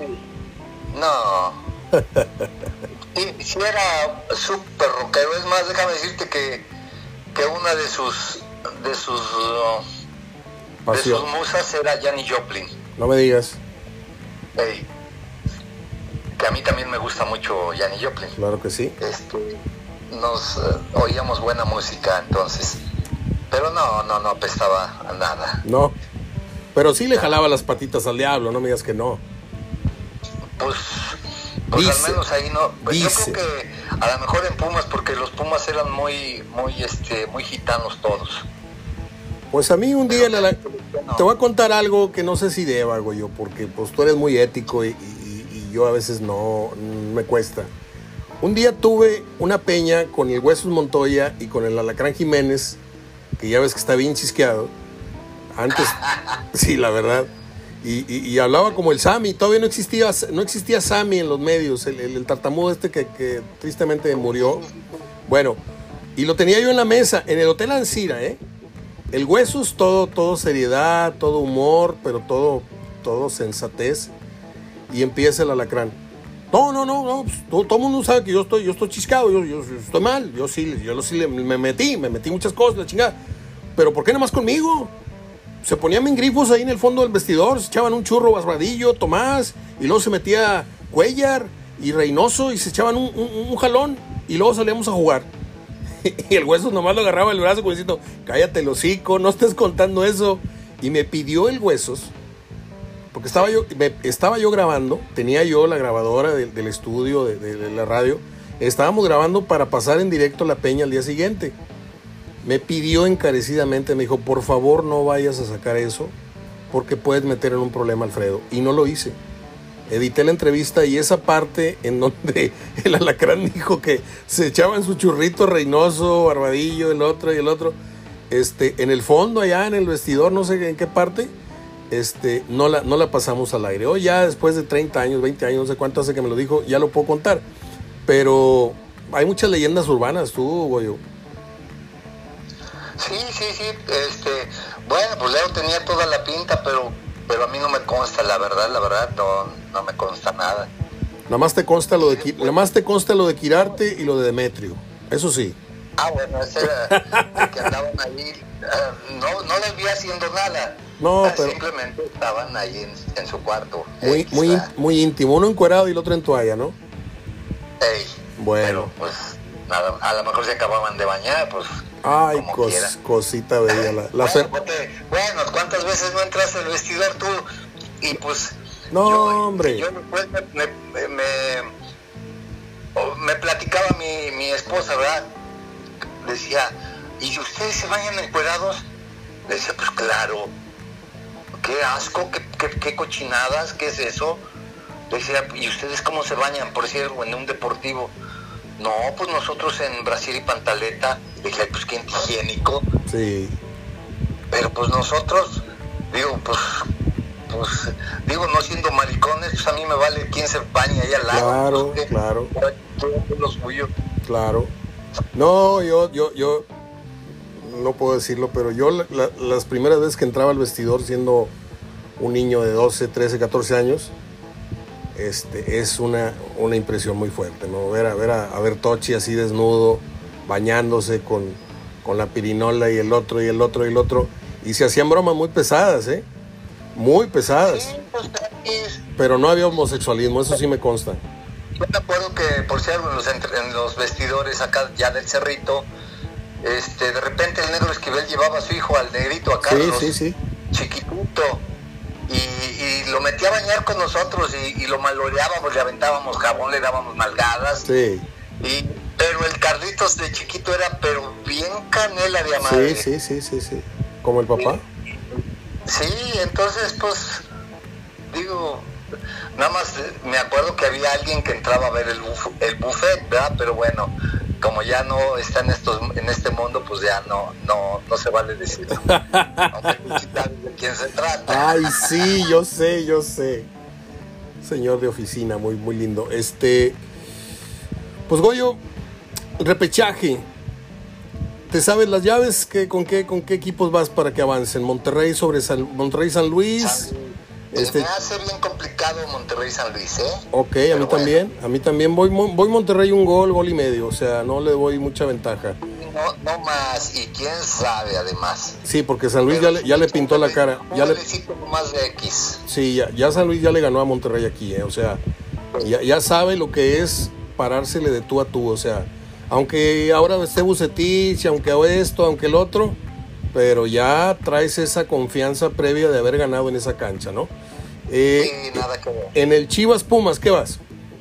No. Sí, sí era súper rockero. Es más, déjame decirte que, que una de sus de sus uh, de sus musas era Janis Joplin. No me digas. Hey, que a mí también me gusta mucho Janis Joplin. Claro que sí. Este, nos uh, oíamos buena música entonces. Pero no, no, no apestaba a nada. No. Pero sí le jalaba las patitas al diablo, no me digas que no. Pues... Pues dice, al menos ahí no, pues dice. Yo creo que a lo mejor en Pumas, porque los Pumas eran muy, muy, este, muy gitanos todos. Pues a mí un día, la, la, no. te voy a contar algo que no sé si deba, hago yo, porque pues tú eres muy ético y, y, y yo a veces no, me cuesta. Un día tuve una peña con el Huesos Montoya y con el Alacrán Jiménez, que ya ves que está bien chisqueado. Antes, sí, la verdad. Y, y, y hablaba como el Sammy, todavía no existía no existía Sammy en los medios, el, el, el tartamudo este que, que tristemente murió. Bueno, y lo tenía yo en la mesa, en el Hotel Ancira, ¿eh? El Huesos, todo, todo seriedad, todo humor, pero todo, todo sensatez. Y empieza el Alacrán. No, no, no, no, pues, todo, todo el mundo sabe que yo estoy, yo estoy chiscado, yo, yo, yo estoy mal, yo sí, yo sí me metí, me metí muchas cosas, la chingada. Pero ¿por qué nada más conmigo? Se ponían en grifos ahí en el fondo del vestidor, se echaban un churro Basradillo, Tomás, y luego se metía Cuellar y Reynoso y se echaban un, un, un jalón y luego salíamos a jugar. Y el Huesos nomás lo agarraba el brazo como diciendo, cállate el hocico, no estés contando eso. Y me pidió el Huesos, porque estaba yo, me, estaba yo grabando, tenía yo la grabadora de, del estudio, de, de, de la radio, estábamos grabando para pasar en directo la peña al día siguiente. Me pidió encarecidamente, me dijo, por favor no vayas a sacar eso porque puedes meter en un problema a Alfredo. Y no lo hice. edité la entrevista y esa parte en donde el Alacrán dijo que se echaban su churrito Reynoso, Barbadillo, el otro y el otro, este, en el fondo allá en el vestidor, no sé en qué parte, este, no la, no la pasamos al aire. Hoy ya después de treinta años, veinte años, no sé cuánto hace que me lo dijo, ya lo puedo contar. Pero hay muchas leyendas urbanas, tú, Goyo. Sí, sí, sí, este, bueno, pues Leo tenía toda la pinta, pero, pero a mí no me consta, la verdad, la verdad, no, no me consta nada. Nada más te consta lo de, nada más te consta lo de Quirarte y lo de Demetrio, eso sí. Ah, bueno, ese era el que andaban ahí, uh, no, no les vi haciendo nada. No, uh, pero simplemente estaban ahí en, en su cuarto. Muy, X, muy, muy íntimo, uno encuerado y el otro en toalla, ¿no? Ey, bueno. Pero pues nada, a lo mejor se acababan de bañar, pues. Ay, cos, cosita bella. La, la bueno, porque, bueno, ¿cuántas veces no entras al vestidor tú? Y pues... No, yo, hombre. Yo después me, me, me, me platicaba mi, mi esposa, ¿verdad? Decía, ¿y ustedes se bañan encuerados? Le decía, pues claro. Qué asco, qué, qué, qué cochinadas, ¿qué es eso? Le decía, ¿y ustedes cómo se bañan? Por decirlo, en un deportivo. No, pues nosotros en Brasil y Pantaleta. Dije, pues qué higiénico. Sí. Pero pues nosotros, digo, pues, pues, digo, no siendo maricones, pues a mí me vale quién se baña ahí al lado. Claro, pues, claro. Todo lo suyo. Claro. No, yo, yo, yo, no puedo decirlo, pero yo la, la, las primeras veces que entraba al vestidor siendo un niño de doce, trece, catorce años, este, es una, una impresión muy fuerte, ¿no? Ver a, ver a, a ver Tochi así desnudo, bañándose con, con la pirinola y el otro y el otro y el otro, y se hacían bromas muy pesadas, ¿eh? Muy pesadas. Sí, pues, es... Pero no había homosexualismo, eso sí me consta. Yo me acuerdo que, por cierto, en los, en los vestidores acá ya del Cerrito, este, de repente el negro Esquivel llevaba a su hijo, al negrito, a Carlos, sí, sí, sí. chiquitito, y, y lo metía a bañar con nosotros y, y lo maloreábamos, le aventábamos jabón, le dábamos nalgadas. Sí. Y, pero el Carlitos de chiquito era pero bien canela de madre. Sí, sí, sí, sí, sí. ¿Como el papá? Sí, entonces pues, digo, nada más me acuerdo que había alguien que entraba a ver el, buf el buffet, ¿verdad? Pero bueno, como ya no está en estos en este mundo, pues ya no no no se vale decir. Aunque tú sí sabes de quién se trata. Ay, sí, yo sé, yo sé. Señor de oficina, muy muy lindo. Este, pues Goyo, repechaje. ¿Te sabes las llaves? ¿Qué, con qué con qué equipos vas para que avancen? Monterrey sobre San, Monterrey San Luis. San, este... Me hace bien complicado Monterrey San Luis, ¿eh? Ok, Pero a mí bueno. también, a mí también voy voy Monterrey un gol, gol y medio, o sea, no le doy mucha ventaja. No, no más, y quién sabe además. Sí, porque San Luis Pero ya, le, ya le pintó la cara. Ya le más de X. Sí, ya, ya San Luis ya le ganó a Monterrey aquí, ¿eh? O sea, ya, ya sabe lo que es parársele de tú a tú, o sea, aunque ahora esté Bucetich, aunque esto, aunque el otro, pero ya traes esa confianza previa de haber ganado en esa cancha, ¿no? Eh, sí, nada que ver. En el Chivas Pumas, ¿qué vas?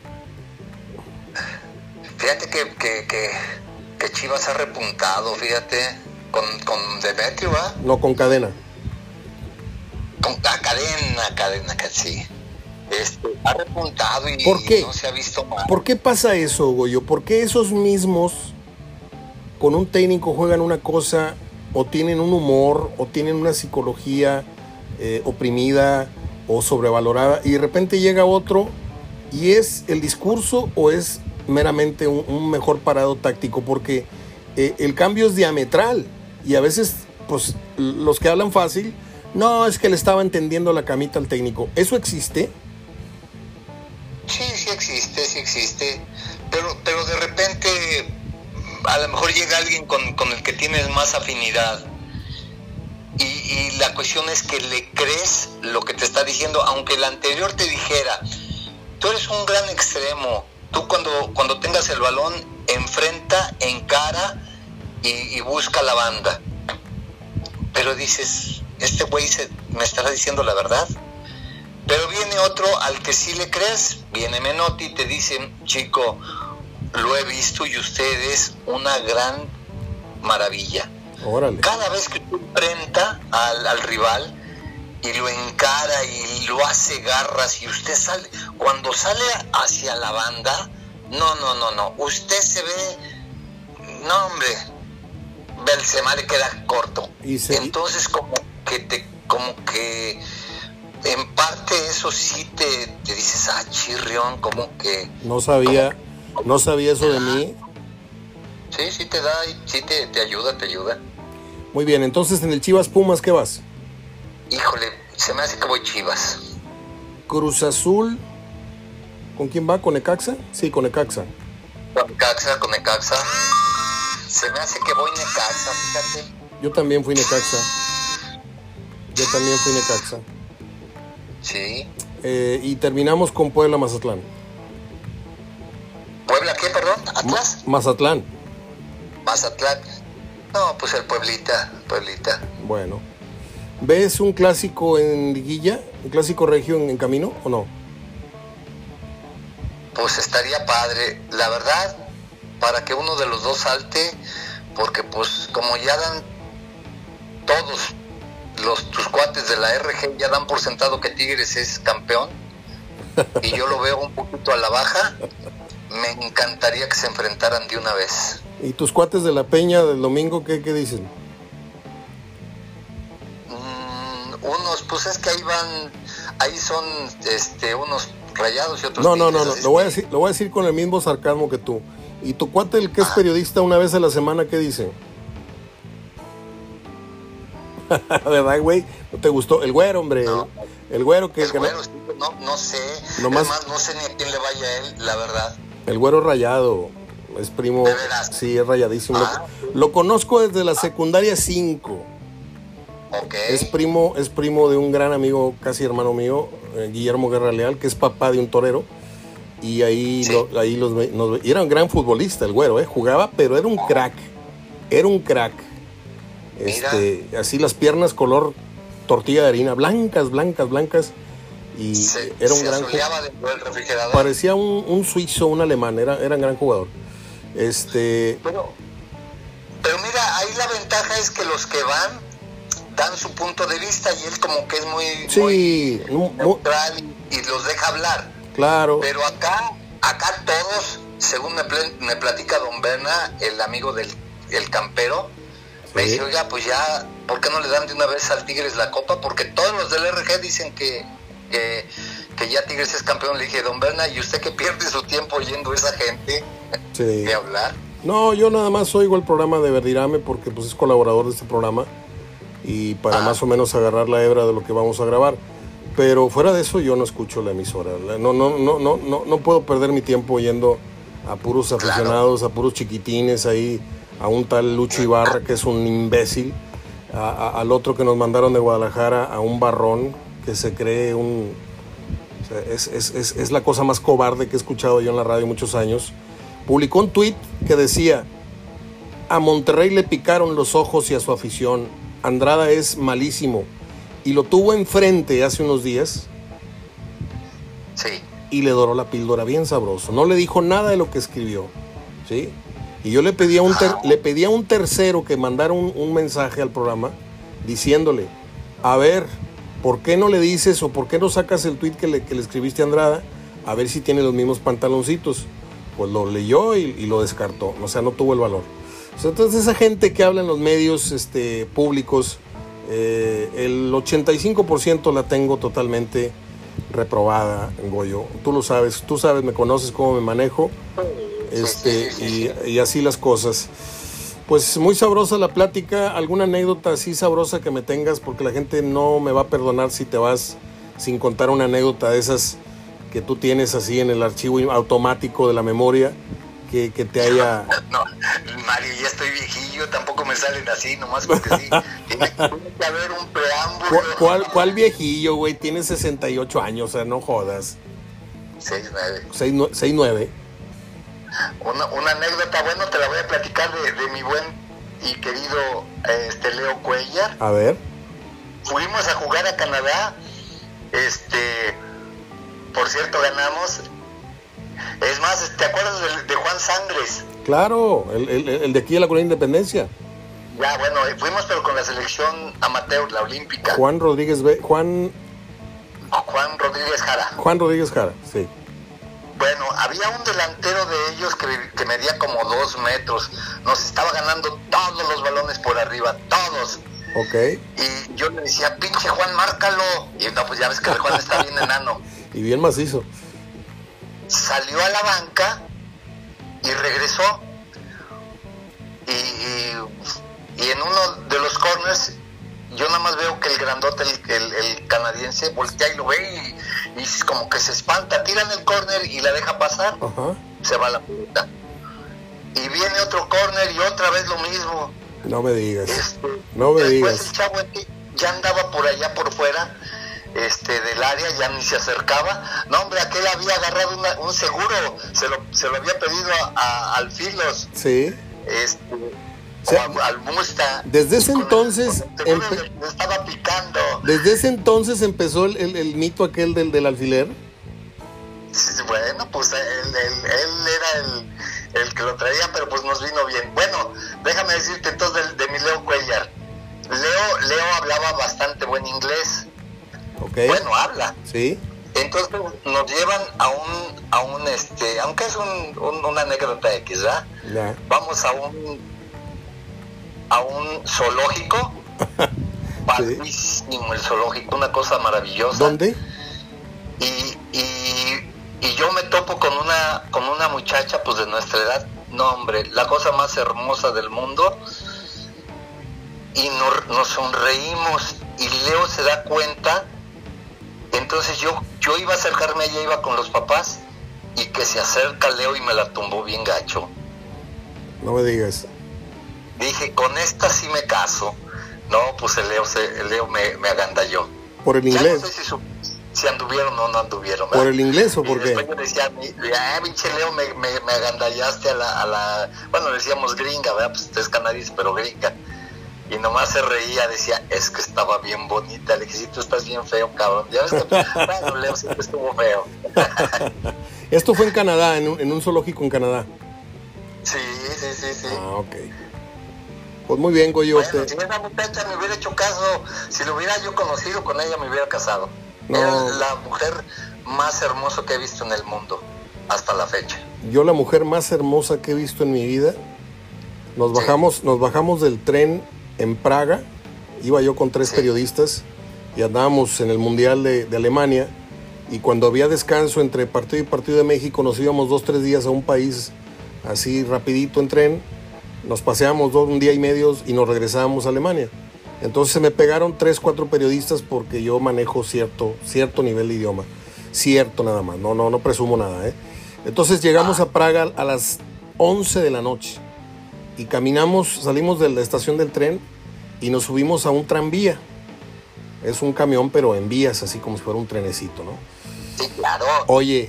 Fíjate que, que, que, que Chivas ha repuntado, fíjate, con, con Demetrio, ¿va? No, con Cadena. Con ah, Cadena, Cadena, que sí. Este, ha repuntado y ¿Por qué? no se ha visto mal. ¿Por qué pasa eso, Goyo? ¿Por qué esos mismos con un técnico juegan una cosa o tienen un humor o tienen una psicología eh, oprimida o sobrevalorada y de repente llega otro y es el discurso o es meramente un, un mejor parado táctico? Porque eh, el cambio es diametral y a veces pues los que hablan fácil, no, es que le estaba entendiendo la camita al técnico. ¿Eso existe? Sí, sí existe, sí existe, pero, pero de repente a lo mejor llega alguien con, con el que tienes más afinidad y, y la cuestión es que le crees lo que te está diciendo, aunque el anterior te dijera, tú eres un gran extremo, tú cuando, cuando tengas el balón enfrenta, encara y, y busca la banda, pero dices, este güey se, me estará diciendo la verdad. Pero viene otro al que sí le crees, viene Menotti y te dicen, chico, lo he visto y usted es una gran maravilla. Órale. Cada vez que tú enfrenta al, al rival, y lo encara y lo hace garras, y usted sale, cuando sale hacia la banda, no, no, no, no, usted se ve, no hombre, Benzema le queda corto. Y se... Entonces como que te, como que en parte eso sí te, te dices, ah, chirrión, como que... No sabía, como, no sabía eso de mí. Sí, sí te da, sí te, te ayuda, te ayuda. Muy bien, entonces en el Chivas Pumas, ¿qué vas? Híjole, se me hace que voy Chivas. Cruz Azul, ¿con quién va? ¿Con Necaxa? Sí, con Necaxa. Con Necaxa, con Necaxa. Se me hace que voy Necaxa, fíjate. Yo también fui Necaxa. Yo también fui Necaxa. Sí. Eh, y terminamos con Puebla Mazatlán. ¿Puebla qué, perdón? ¿Atlas? Ma- Mazatlán. Mazatlán. No, pues el Pueblita, Pueblita. Bueno. ¿Ves un clásico en liguilla? ¿Un clásico regio en, en camino o no? Pues estaría padre. La verdad, para que uno de los dos salte, porque pues como ya dan todos los tus cuates de la R G, ya dan por sentado que Tigres es campeón, y yo lo veo un poquito a la baja, me encantaría que se enfrentaran de una vez. ¿Y tus cuates de la Peña del domingo qué, qué dicen? Mm, unos, pues es que ahí van, ahí son este unos Rayados y otros No, no, Tigres, no, no. Lo voy a decir, lo voy a decir con el mismo sarcasmo que tú. ¿Y tu cuate, el que es periodista, una vez a la semana, qué dice? ¿Verdad, güey? ¿No te gustó? El güero, hombre. No. El güero que... El que güero, no, no, no sé. Nomás, Además, no sé ni a quién le vaya a él, la verdad. El güero rayado. Es primo... ¿De veras? Sí, es rayadísimo. Ah, lo, lo conozco desde la secundaria cinco. Ok. Es primo, es primo de un gran amigo, casi hermano mío, eh, Guillermo Guerra Leal, que es papá de un torero. Y ahí, Sí. lo, ahí los, nos, y era un gran futbolista el güero, ¿eh? Jugaba, pero era un crack. Era un crack. Este, así las piernas color tortilla de harina, blancas, blancas, blancas. Y Se, era un se gran azuleaba dentro del refrigerador. Parecía un, un suizo, un alemán, era, era un gran jugador. Este. Pero, pero mira, ahí la ventaja es que los que van dan su punto de vista y él como que es muy, Sí, muy muy, neutral y, y los deja hablar. Claro. Pero acá, acá todos, según me, pl- me platica don Berna, el amigo del el campero, sí. Me dice, oiga, pues ya, ¿por qué no le dan de una vez al Tigres la copa? Porque todos los del R G dicen que, que, que ya Tigres es campeón. Le dije, don Berna, ¿y usted que pierde su tiempo oyendo a esa gente sí. de hablar? No, yo nada más oigo el programa de Verdirame porque pues es colaborador de este programa y para ah. más o menos agarrar la hebra de lo que vamos a grabar. Pero fuera de eso yo no escucho la emisora. No, no, no, no, no, no puedo perder mi tiempo oyendo a puros aficionados, claro. a puros chiquitines ahí, a un tal Lucho Ibarra que es un imbécil, a, a, al otro que nos mandaron de Guadalajara, a un barrón que se cree un... O sea, es, es, es, es la cosa más cobarde que he escuchado yo en la radio muchos años. Publicó un tuit que decía, a Monterrey le picaron los ojos y a su afición, Andrada es malísimo. Y lo tuvo enfrente hace unos días. Sí. Y le doró la píldora bien sabroso. No le dijo nada de lo que escribió. ¿Sí? Y yo le pedí a un, ter- ah. le pedí a un tercero que mandara un, un mensaje al programa diciéndole, a ver, ¿por qué no le dices o por qué no sacas el tuit que le, que le escribiste a Andrada? A ver si tiene los mismos pantaloncitos. Pues lo leyó y, y lo descartó. O sea, no tuvo el valor. O sea, entonces esa gente que habla en los medios este, públicos... Eh, el ochenta y cinco por ciento la tengo totalmente reprobada, Goyo. Tú lo sabes, tú sabes, me conoces cómo me manejo, este, y, y así las cosas. Pues muy sabrosa la plática. ¿Alguna anécdota así sabrosa que me tengas? Porque la gente no me va a perdonar si te vas sin contar una anécdota de esas que tú tienes así en el archivo automático de la memoria. Que, que te haya... No, Mario, ya estoy viejillo, tampoco me salen así, nomás porque sí. Tiene que haber un preámbulo. ¿Cuál, cuál, cuál viejillo, güey? Tienes sesenta y ocho años, o sea, no jodas. seis nueve. seis nueve. Una, una anécdota, bueno, te la voy a platicar de, de mi buen y querido este, Leo Cuellar. A ver. Fuimos a jugar a Canadá, este, por cierto, ganamos... Es más, ¿te acuerdas de, de Juan Sangres? Claro, el, el, el de aquí de la Colonia Independencia. Ya, bueno, fuimos pero con la selección amateur, la olímpica. Juan Rodríguez, Juan... Juan Rodríguez Jara. Juan Rodríguez Jara, sí. Bueno, había un delantero de ellos que, que medía como dos metros. Nos estaba ganando todos los balones por arriba, todos. Ok. Y yo le decía, pinche Juan, márcalo. Y no, pues ya ves que el Juan está bien enano. Y bien macizo. Salió a la banca y regresó. Y, y, y en uno de los corners, yo nada más veo que el grandote, el, el, el canadiense, voltea y lo ve y, y como que se espanta, tira en el corner y la deja pasar. Ajá. Se va la pelota. Y viene otro corner y otra vez lo mismo. No me digas. Este, no me después digas. El chavo este ya andaba por allá por fuera este, del área, ya ni se acercaba. No, hombre, aquel había agarrado una, un seguro, se lo, se lo había pedido a, a, al Filos. Sí. Este, o sea, o a, al Musta. Desde ese entonces. El, el empe- le estaba picando. Desde ese entonces empezó el, el, el mito aquel del, del alfiler. Bueno, pues él, él, él era el, el que lo traía, pero pues nos vino bien. Bueno, déjame decirte entonces de, de mi Leo Cuellar. Leo, Leo hablaba bastante buen inglés. Okay. Bueno, habla. Sí. Entonces nos llevan a un, a un este, aunque es un, un, una anécdota X, ¿verdad? Ya. Vamos a un, a un zoológico. Padrísimo el zoológico, una cosa maravillosa. ¿Dónde? Y, y, y yo me topo con una, con una muchacha pues de nuestra edad. No, hombre, la cosa más hermosa del mundo. Y nos, nos sonreímos y Leo se da cuenta. Entonces yo, yo iba a acercarme a ella, iba con los papás, y que se acerca Leo y me la tumbó bien gacho. No me digas. Dije, con esta sí me caso. No, pues el Leo, se, el Leo me, me agandalló. ¿Por el inglés? Ya no sé si, su, si anduvieron o no anduvieron, ¿verdad? ¿Por el inglés o por y qué? Después yo decía, ah, pinche Leo, me, me, me agandallaste a la, a la... Bueno, decíamos gringa, ¿verdad? Pues es canadiense, pero gringa. Y nomás se reía, decía, es que estaba bien bonita. Le dije, sí, tú estás bien feo, cabrón. Ya ves que, bueno, Leo siempre estuvo feo. Esto fue en Canadá, en un, en un zoológico en Canadá. Sí, sí, sí, sí. Ah, ok. Pues muy bien, Goyo. Bueno, usted... si esa muchacha me hubiera hecho caso, si lo hubiera yo conocido, con ella me hubiera casado. No. Era la mujer más hermosa que he visto en el mundo, hasta la fecha. Yo la mujer más hermosa que he visto en mi vida. Nos bajamos, sí. nos bajamos del tren en Praga. Iba yo con tres sí. periodistas y andábamos en el Mundial de, de Alemania. Y cuando había descanso entre partido y partido de México, nos íbamos dos, tres días a un país así rapidito en tren. Nos paseamos dos, un día y medio y nos regresábamos a Alemania. Entonces se me pegaron tres, cuatro periodistas porque yo manejo cierto, cierto nivel de idioma. Cierto nada más, no, no, no presumo nada, ¿eh? Entonces llegamos a Praga a las once de la noche y caminamos, salimos de la estación del tren y nos subimos a un tranvía. Es un camión pero en vías, así como si fuera un trenecito, ¿no? Sí, claro. Oye,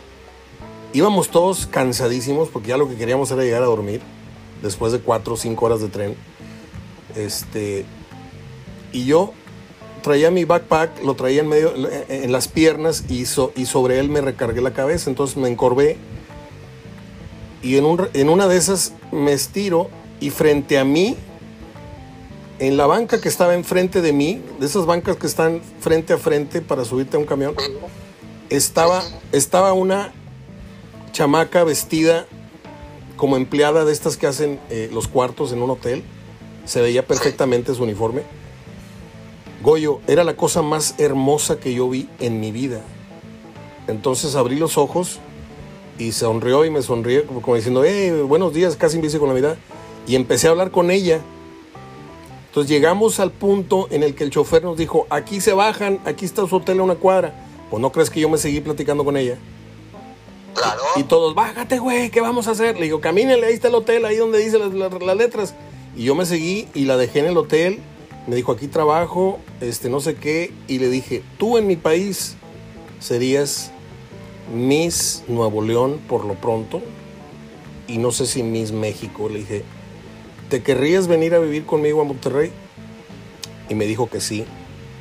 íbamos todos cansadísimos porque ya lo que queríamos era llegar a dormir después de cuatro o cinco horas de tren. Este, y yo traía mi backpack, lo traía en medio, en las piernas y, so, y sobre él me recargué la cabeza. Entonces me encorvé y en, un, en una de esas me estiro y frente a mí, en la banca que estaba enfrente de mí, de esas bancas que están frente a frente para subirte a un camión, estaba, estaba una chamaca vestida como empleada de estas que hacen eh, los cuartos en un hotel. Se veía perfectamente su uniforme. Goyo, era la cosa más hermosa que yo vi en mi vida. Entonces abrí los ojos y sonrió y me sonrió como, como diciendo, hey, buenos días, casi me hice con la mirada. Y empecé a hablar con ella. Entonces llegamos al punto en el que el chofer nos dijo, aquí se bajan, aquí está su hotel a una cuadra. Pues no crees que yo me seguí platicando con ella. Claro. Y todos, bájate, güey, ¿qué vamos a hacer? Le digo, camínele, ahí está el hotel, ahí donde dice las, las, las letras. Y yo me seguí y la dejé en el hotel. Me dijo, aquí trabajo, este, no sé qué. Y le dije, tú en mi país serías Miss Nuevo León por lo pronto. Y no sé si Miss México. Le dije, ¿te querrías venir a vivir conmigo a Monterrey? Y me dijo que sí.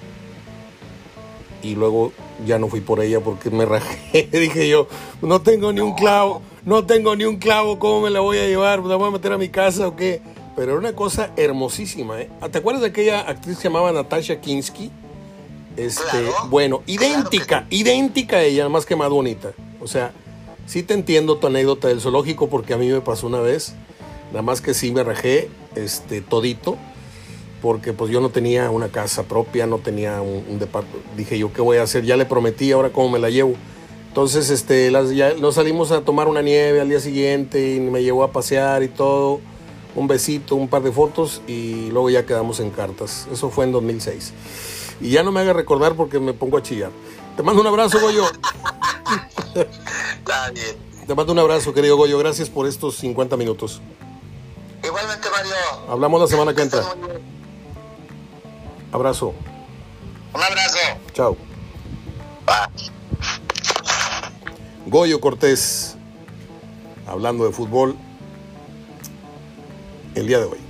Y luego ya no fui por ella porque me rajé. Dije yo, no tengo ni un clavo, no tengo ni un clavo, ¿cómo me la voy a llevar? ¿La voy a meter a mi casa o qué? pero era una cosa hermosísima, ¿eh? ¿Te acuerdas de aquella actriz que se llamaba Natasha Kinski? Este, Claro, bueno, idéntica, claro que sí. idéntica a ella, nada más que más bonita. O sea, sí te entiendo tu anécdota del zoológico porque a mí me pasó una vez, nada más que sí me rajé este, todito, porque pues yo no tenía una casa propia, no tenía un, un departamento. Dije yo, ¿qué voy a hacer? Ya le prometí, ahora cómo me la llevo. Entonces este, las, ya, nos salimos a tomar una nieve al día siguiente y me llevó a pasear y todo. Un besito, un par de fotos y luego ya quedamos en cartas. Eso fue en dos mil seis. Y ya no me haga recordar porque me pongo a chillar. Te mando un abrazo, Goyo. Está bien. Te mando un abrazo, querido Goyo. Gracias por estos cincuenta minutos. Igualmente, Mario. Hablamos la semana que Que entra. estés muy bien. Abrazo. Un abrazo. Chao. Va. Goyo Cortés, hablando de fútbol el día de hoy.